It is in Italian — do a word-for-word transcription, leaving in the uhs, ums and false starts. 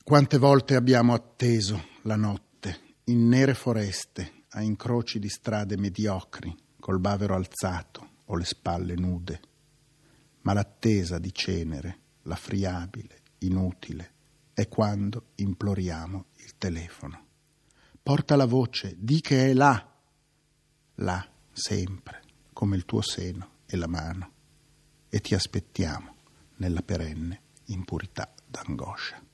Quante volte abbiamo atteso la notte in nere foreste a incroci di strade mediocri col bavero alzato o le spalle nude, ma l'attesa di cenere, la friabile, inutile, è quando imploriamo il telefono. Porta la voce, di che è là, là sempre, come il tuo seno e la mano, e ti aspettiamo nella perenne impurità d'angoscia.